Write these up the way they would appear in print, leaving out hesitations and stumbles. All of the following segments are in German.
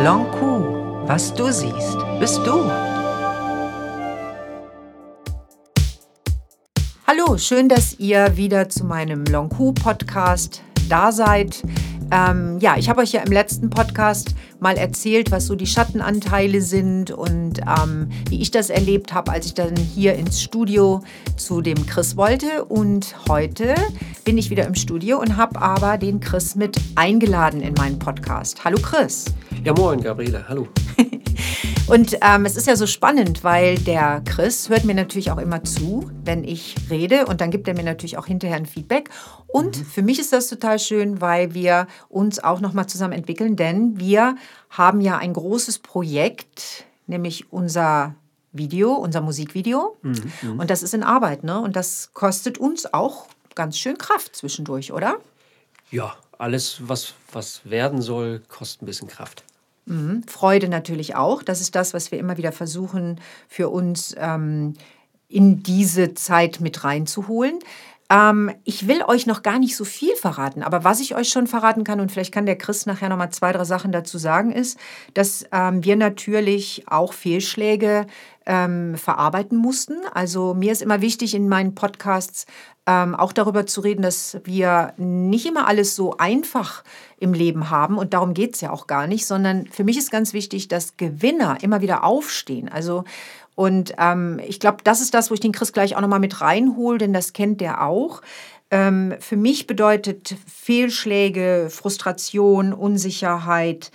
Blanc Coup. Was du siehst, bist du. Hallo, schön, dass ihr wieder zu meinem Blanc Coup Podcast da seid. Ich habe euch ja im letzten Podcast mal erzählt, was so die Schattenanteile sind und wie ich das erlebt habe, als ich dann hier ins Studio zu dem Chris wollte. Und heute bin ich wieder im Studio und habe aber den Chris mit eingeladen in meinen Podcast. Hallo Chris. Ja, moin Gabriele, hallo. Und es ist ja so spannend, weil der Chris hört mir natürlich auch immer zu, wenn ich rede, und dann gibt er mir natürlich auch hinterher ein Feedback. Und für mich ist das total schön, weil wir uns auch nochmal zusammen entwickeln, denn wir haben ja ein großes Projekt, nämlich unser Musikvideo. Und das ist in Arbeit, ne? Und das kostet uns auch ganz schön Kraft zwischendurch, oder? Ja, alles, was werden soll, kostet ein bisschen Kraft. Freude natürlich auch. Das ist das, was wir immer wieder versuchen, für uns in diese Zeit mit reinzuholen. Ich will euch noch gar nicht so viel verraten, aber was ich euch schon verraten kann, und vielleicht kann der Chris nachher noch mal 2, 3 Sachen dazu sagen, ist, dass wir natürlich auch Fehlschläge verarbeiten mussten. Also mir ist immer wichtig, in meinen Podcasts auch darüber zu reden, dass wir nicht immer alles so einfach im Leben haben, und darum geht es ja auch gar nicht, sondern für mich ist ganz wichtig, dass Gewinner immer wieder aufstehen. Ich glaube, das ist das, wo ich den Chris gleich auch nochmal mit reinhole, denn das kennt der auch. Für mich bedeutet Fehlschläge, Frustration, Unsicherheit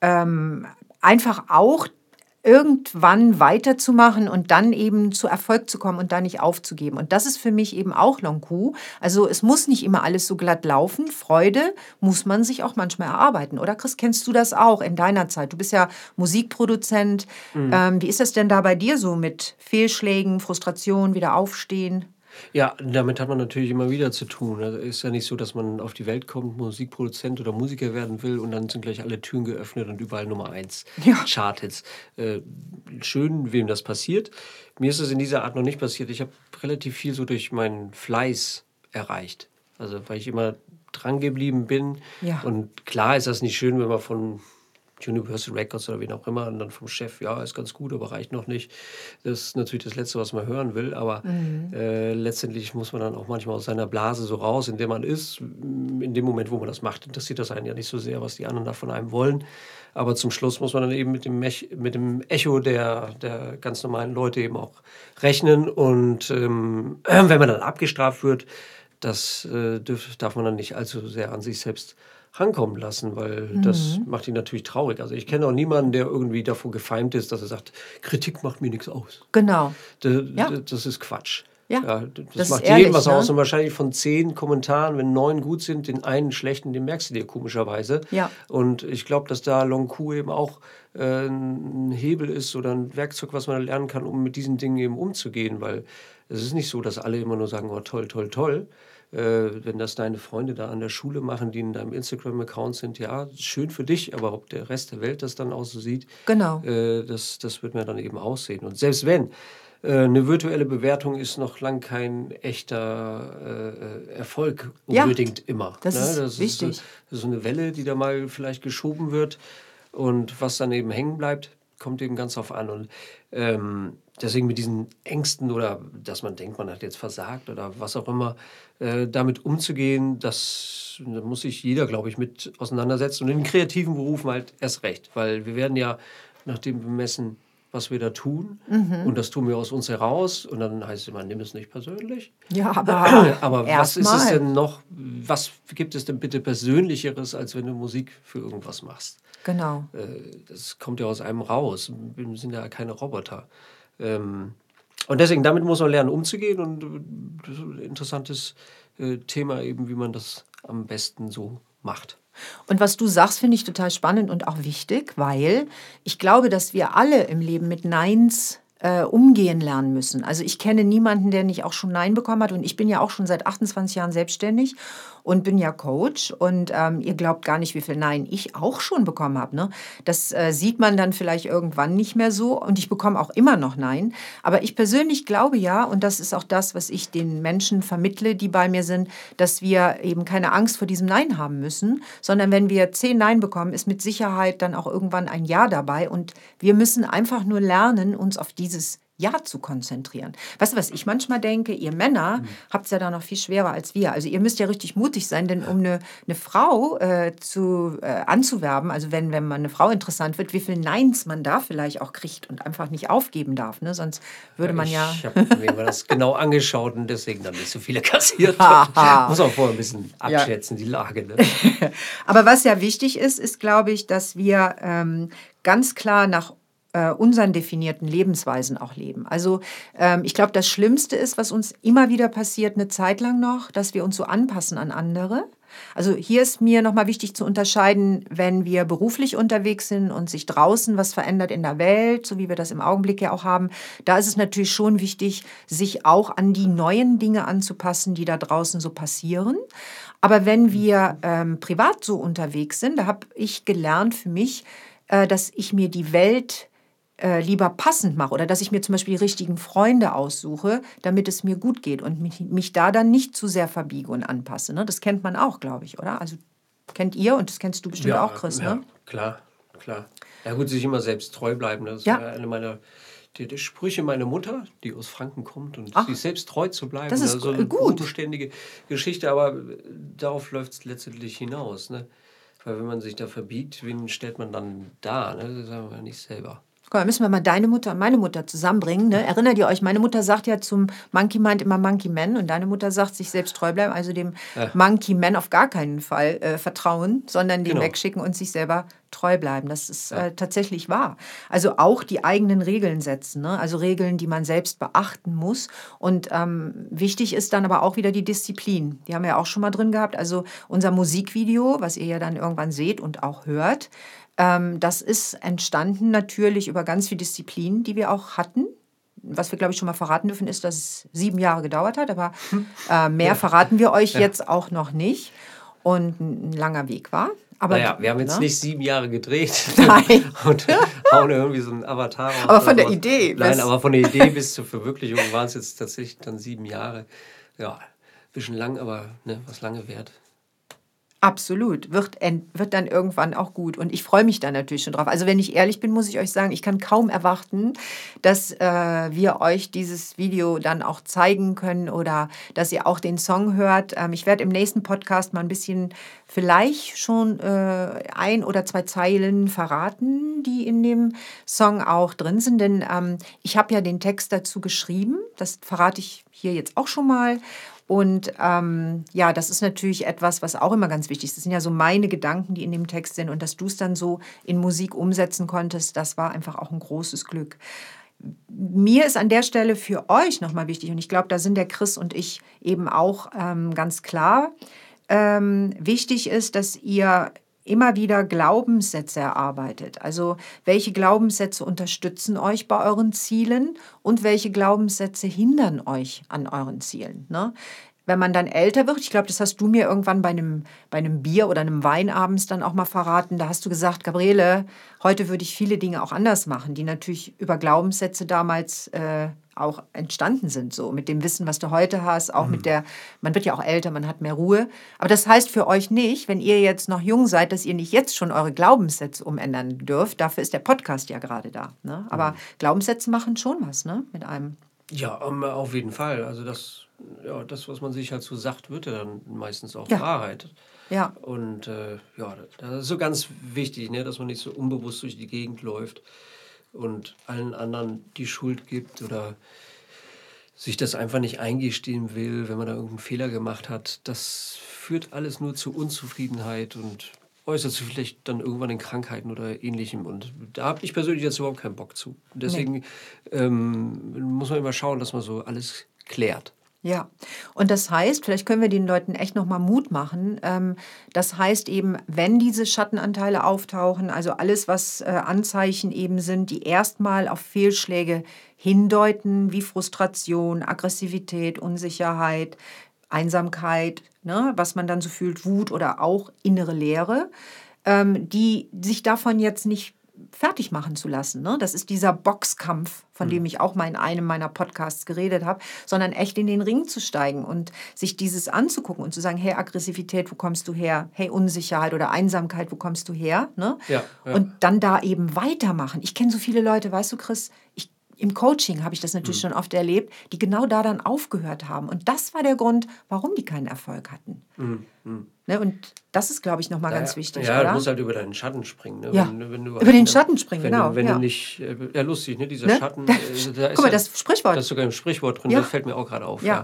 einfach auch irgendwann weiterzumachen und dann eben zu Erfolg zu kommen und da nicht aufzugeben. Und das ist für mich eben auch Blanc Coup. Also es muss nicht immer alles so glatt laufen. Freude muss man sich auch manchmal erarbeiten. Oder Chris, kennst du das auch in deiner Zeit? Du bist ja Musikproduzent. Wie ist das denn da bei dir so mit Fehlschlägen, Frustration, wieder aufstehen? Ja, damit hat man natürlich immer wieder zu tun. Also ist ja nicht so, dass man auf die Welt kommt, Musikproduzent oder Musiker werden will und dann sind gleich alle Türen geöffnet und überall Nummer 1 Charthits. Schön, wem das passiert. Mir ist es in dieser Art noch nicht passiert. Ich habe relativ viel so durch meinen Fleiß erreicht. Also weil ich immer dran geblieben bin. Ja. Und klar ist das nicht schön, wenn man von Universal Records oder wen auch immer, und dann vom Chef, ja, ist ganz gut, aber reicht noch nicht. Das ist natürlich das Letzte, was man hören will, aber letztendlich muss man dann auch manchmal aus seiner Blase so raus, in der man ist. In dem Moment, wo man das macht, interessiert das einen ja nicht so sehr, was die anderen da von einem wollen. Aber zum Schluss muss man dann eben mit dem Echo der ganz normalen Leute eben auch rechnen. Und wenn man dann abgestraft wird, das darf man dann nicht allzu sehr an sich selbst rankommen lassen, weil das macht ihn natürlich traurig. Also ich kenne auch niemanden, der irgendwie davor gefeimt ist, dass er sagt, Kritik macht mir nichts aus. Genau. Das ist Quatsch. Ja, das macht ehrlich, jedem was aus. ne? Und wahrscheinlich von 10 Kommentaren, wenn 9 gut sind, den einen schlechten, den merkst du dir komischerweise. Ja. Und ich glaube, dass da Blanc Coup eben auch ein Hebel ist oder ein Werkzeug, was man lernen kann, um mit diesen Dingen eben umzugehen. Weil es ist nicht so, dass alle immer nur sagen, oh toll, toll, toll. Wenn das deine Freunde da an der Schule machen, die in deinem Instagram-Account sind, ja, schön für dich, aber ob der Rest der Welt das dann auch so sieht, Genau. das wird mir dann eben aussehen. Und selbst wenn, eine virtuelle Bewertung ist noch lang kein echter Erfolg unbedingt immer. Das ist das wichtig. Ist so eine Welle, die da mal vielleicht geschoben wird, und was dann eben hängen bleibt, kommt eben ganz drauf an. Und deswegen mit diesen Ängsten oder dass man denkt, man hat jetzt versagt oder was auch immer, damit umzugehen, da muss sich jeder, glaube ich, mit auseinandersetzen. Und in den kreativen Berufen halt erst recht, weil wir werden ja nach dem bemessen, was wir da tun. Und das tun wir aus uns heraus. Und dann heißt es immer, nimm es nicht persönlich. Ja, aber was ist es denn noch, was gibt es denn bitte Persönlicheres, als wenn du Musik für irgendwas machst? Genau. Das kommt ja aus einem raus. Wir sind ja keine Roboter. Und deswegen, damit muss man lernen, umzugehen. Und das ist ein interessantes Thema eben, wie man das am besten so macht. Und was du sagst, finde ich total spannend und auch wichtig, weil ich glaube, dass wir alle im Leben mit Neins umgehen lernen müssen. Also ich kenne niemanden, der nicht auch schon Nein bekommen hat. Und ich bin ja auch schon seit 28 Jahren selbstständig und bin ja Coach. Und ihr glaubt gar nicht, wie viel Nein ich auch schon bekommen habe. Ne? Das sieht man dann vielleicht irgendwann nicht mehr so. Und ich bekomme auch immer noch Nein. Aber ich persönlich glaube ja, und das ist auch das, was ich den Menschen vermittle, die bei mir sind, dass wir eben keine Angst vor diesem Nein haben müssen, sondern wenn wir 10 Nein bekommen, ist mit Sicherheit dann auch irgendwann ein Ja dabei. Und wir müssen einfach nur lernen, uns auf dieses Ja zu konzentrieren. Weißt du, was ich manchmal denke? Ihr Männer habt es ja da noch viel schwerer als wir. Also ihr müsst ja richtig mutig sein, denn um eine Frau anzuwerben, also wenn man eine Frau interessant wird, wie viele Neins man da vielleicht auch kriegt und einfach nicht aufgeben darf. Ne? Sonst würde man ja... Ich habe mir das genau angeschaut und deswegen dann nicht so viele kassiert. Muss auch vorher ein bisschen abschätzen, die Lage. Ne? Aber was ja wichtig ist, ist, glaube ich, dass wir ganz klar nach unseren definierten Lebensweisen auch leben. Also ich glaube, das Schlimmste ist, was uns immer wieder passiert, eine Zeit lang noch, dass wir uns so anpassen an andere. Also hier ist mir nochmal wichtig zu unterscheiden, wenn wir beruflich unterwegs sind und sich draußen was verändert in der Welt, so wie wir das im Augenblick ja auch haben, da ist es natürlich schon wichtig, sich auch an die neuen Dinge anzupassen, die da draußen so passieren. Aber wenn wir privat so unterwegs sind, da habe ich gelernt für mich, dass ich mir die Welt lieber passend mache oder dass ich mir zum Beispiel die richtigen Freunde aussuche, damit es mir gut geht und mich da dann nicht zu sehr verbiege und anpasse. Ne? Das kennt man auch, glaube ich, oder? Also kennt ihr und das kennst du bestimmt auch, Chris, ja, ne? klar. Ja gut, sich immer selbst treu bleiben. Das ist eine meiner die Sprüche meiner Mutter, die aus Franken kommt und sich selbst treu zu bleiben. Das ist so eine gut. bodenständige Geschichte, aber darauf läuft es letztendlich hinaus. Ne? Weil wenn man sich da verbiegt, wen stellt man dann da? Ne? Das sagen wir ja nicht selber. Guck mal, müssen wir mal deine Mutter und meine Mutter zusammenbringen. Ne? Erinnert ihr euch, meine Mutter sagt ja zum Monkey Mind immer Monkey Man und deine Mutter sagt, sich selbst treu bleiben, also dem Monkey Man auf gar keinen Fall vertrauen, sondern den wegschicken und sich selber treu bleiben. Das ist tatsächlich wahr. Also auch die eigenen Regeln setzen, ne? Also Regeln, die man selbst beachten muss. Und wichtig ist dann aber auch wieder die Disziplin. Die haben wir ja auch schon mal drin gehabt. Also unser Musikvideo, was ihr ja dann irgendwann seht und auch hört, das ist entstanden natürlich über ganz viel Disziplin, die wir auch hatten. Was wir, glaube ich, schon mal verraten dürfen, ist, dass es 7 Jahre gedauert hat. Aber mehr verraten wir euch jetzt auch noch nicht. Und ein langer Weg war. Aber wir haben jetzt nicht 7 Jahre gedreht. Nein. Und hauen irgendwie so einen Avatar raus. Aber von der Idee. Nein, aber von der Idee bis zur Verwirklichung waren es jetzt tatsächlich dann 7 Jahre. Ja, ein bisschen lang, aber was lange währt. Absolut, wird dann irgendwann auch gut. Und ich freue mich da natürlich schon drauf. Also wenn ich ehrlich bin, muss ich euch sagen, ich kann kaum erwarten, dass wir euch dieses Video dann auch zeigen können oder dass ihr auch den Song hört. Ich werde im nächsten Podcast mal ein bisschen vielleicht schon 1 oder 2 Zeilen verraten, die in dem Song auch drin sind. Denn ich habe ja den Text dazu geschrieben. Das verrate ich hier jetzt auch schon mal. Und das ist natürlich etwas, was auch immer ganz wichtig ist. Das sind ja so meine Gedanken, die in dem Text sind. Und dass du es dann so in Musik umsetzen konntest, das war einfach auch ein großes Glück. Mir ist an der Stelle für euch nochmal wichtig, und ich glaube, da sind der Chris und ich eben auch ganz klar, wichtig ist, dass ihr immer wieder Glaubenssätze erarbeitet. Also welche Glaubenssätze unterstützen euch bei euren Zielen und welche Glaubenssätze hindern euch an euren Zielen. Ne? Wenn man dann älter wird, ich glaube, das hast du mir irgendwann bei einem Bier oder einem Wein abends dann auch mal verraten, da hast du gesagt, Gabriele, heute würde ich viele Dinge auch anders machen, die natürlich über Glaubenssätze damals auch entstanden sind, so mit dem Wissen, was du heute hast, auch mit man wird ja auch älter, man hat mehr Ruhe. Aber das heißt für euch nicht, wenn ihr jetzt noch jung seid, dass ihr nicht jetzt schon eure Glaubenssätze umändern dürft. Dafür ist der Podcast ja gerade da. Ne? Aber Glaubenssätze machen schon was, ne, mit einem. Ja, auf jeden Fall. Also das, was man sich halt so sagt, wird ja dann meistens auch Wahrheit. Ja. Und das ist so ganz wichtig, ne, dass man nicht so unbewusst durch die Gegend läuft und allen anderen die Schuld gibt oder sich das einfach nicht eingestehen will, wenn man da irgendeinen Fehler gemacht hat. Das führt alles nur zu Unzufriedenheit und äußert sich vielleicht dann irgendwann in Krankheiten oder Ähnlichem. Und da habe ich persönlich jetzt überhaupt keinen Bock zu. Deswegen muss man immer schauen, dass man so alles klärt. Ja, und das heißt, vielleicht können wir den Leuten echt nochmal Mut machen. Das heißt eben, wenn diese Schattenanteile auftauchen, also alles, was Anzeichen eben sind, die erstmal auf Fehlschläge hindeuten, wie Frustration, Aggressivität, Unsicherheit, Einsamkeit, ne, was man dann so fühlt, Wut oder auch innere Leere, die sich davon jetzt nicht fertig machen zu lassen. Ne? Das ist dieser Boxkampf, von dem ich auch mal in einem meiner Podcasts geredet habe, sondern echt in den Ring zu steigen und sich dieses anzugucken und zu sagen, hey, Aggressivität, wo kommst du her? Hey, Unsicherheit oder Einsamkeit, wo kommst du her? Ne? Ja, ja. Und dann da eben weitermachen. Ich kenne so viele Leute, weißt du, Chris, im Coaching habe ich das natürlich schon oft erlebt, die genau da dann aufgehört haben. Und das war der Grund, warum die keinen Erfolg hatten. Ne, und das ist, glaube ich, nochmal ganz wichtig, ja, oder? du musst halt über deinen Schatten springen. Ne? Ja, Wenn du über den Schatten springen, genau. Wenn du nicht, ja lustig, ne? Dieser Ne? Schatten. Guck mal, das Sprichwort. Da ist sogar ein Sprichwort drin, Ja. das fällt mir auch gerade auf. Ja.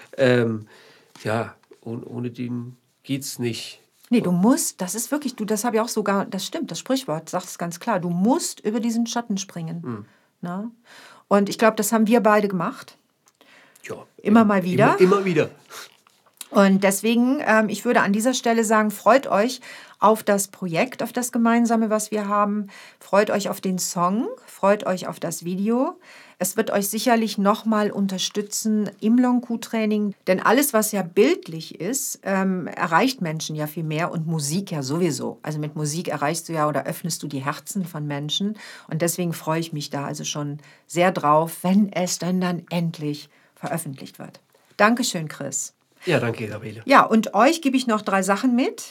Ja, ohne den geht's nicht. Nee, du musst, das ist wirklich, das habe ich auch sogar, das stimmt, das Sprichwort sagt es ganz klar, du musst über diesen Schatten springen. Na? Und ich glaube, das haben wir beide gemacht. Ja, Immer mal wieder. Immer wieder. Und deswegen, ich würde an dieser Stelle sagen, freut euch auf das Projekt, auf das Gemeinsame, was wir haben. Freut euch auf den Song, freut euch auf das Video. Es wird euch sicherlich nochmal unterstützen im Long-Q-Training, denn alles, was ja bildlich ist, erreicht Menschen ja viel mehr und Musik ja sowieso. Also mit Musik erreichst du ja oder öffnest du die Herzen von Menschen und deswegen freue ich mich da also schon sehr drauf, wenn es dann endlich veröffentlicht wird. Dankeschön, Chris. Ja, danke, Gabriele. Ja, und euch gebe ich noch 3 Sachen mit.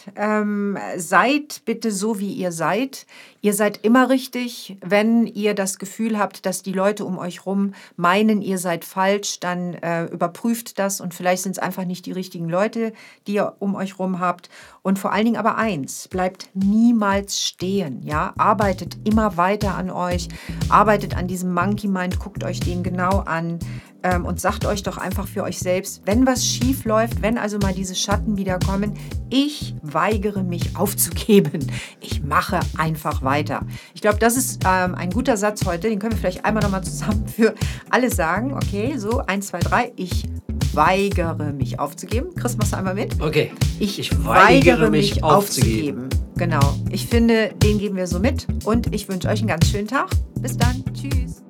Seid bitte so, wie ihr seid. Ihr seid immer richtig. Wenn ihr das Gefühl habt, dass die Leute um euch rum meinen, ihr seid falsch, dann überprüft das und vielleicht sind es einfach nicht die richtigen Leute, die ihr um euch rum habt. Und vor allen Dingen aber eins, bleibt niemals stehen. Ja? Arbeitet immer weiter an euch, arbeitet an diesem Monkey Mind, guckt euch den genau an. Und sagt euch doch einfach für euch selbst, wenn was schief läuft, wenn also mal diese Schatten wieder kommen, ich weigere mich aufzugeben. Ich mache einfach weiter. Ich glaube, das ist ein guter Satz heute. Den können wir vielleicht einmal nochmal zusammen für alle sagen. Okay, so 1, 2, 3. Ich weigere mich aufzugeben. Chris, machst du einmal mit? Okay. Ich weigere mich aufzugeben. Genau. Ich finde, den geben wir so mit. Und ich wünsche euch einen ganz schönen Tag. Bis dann. Tschüss.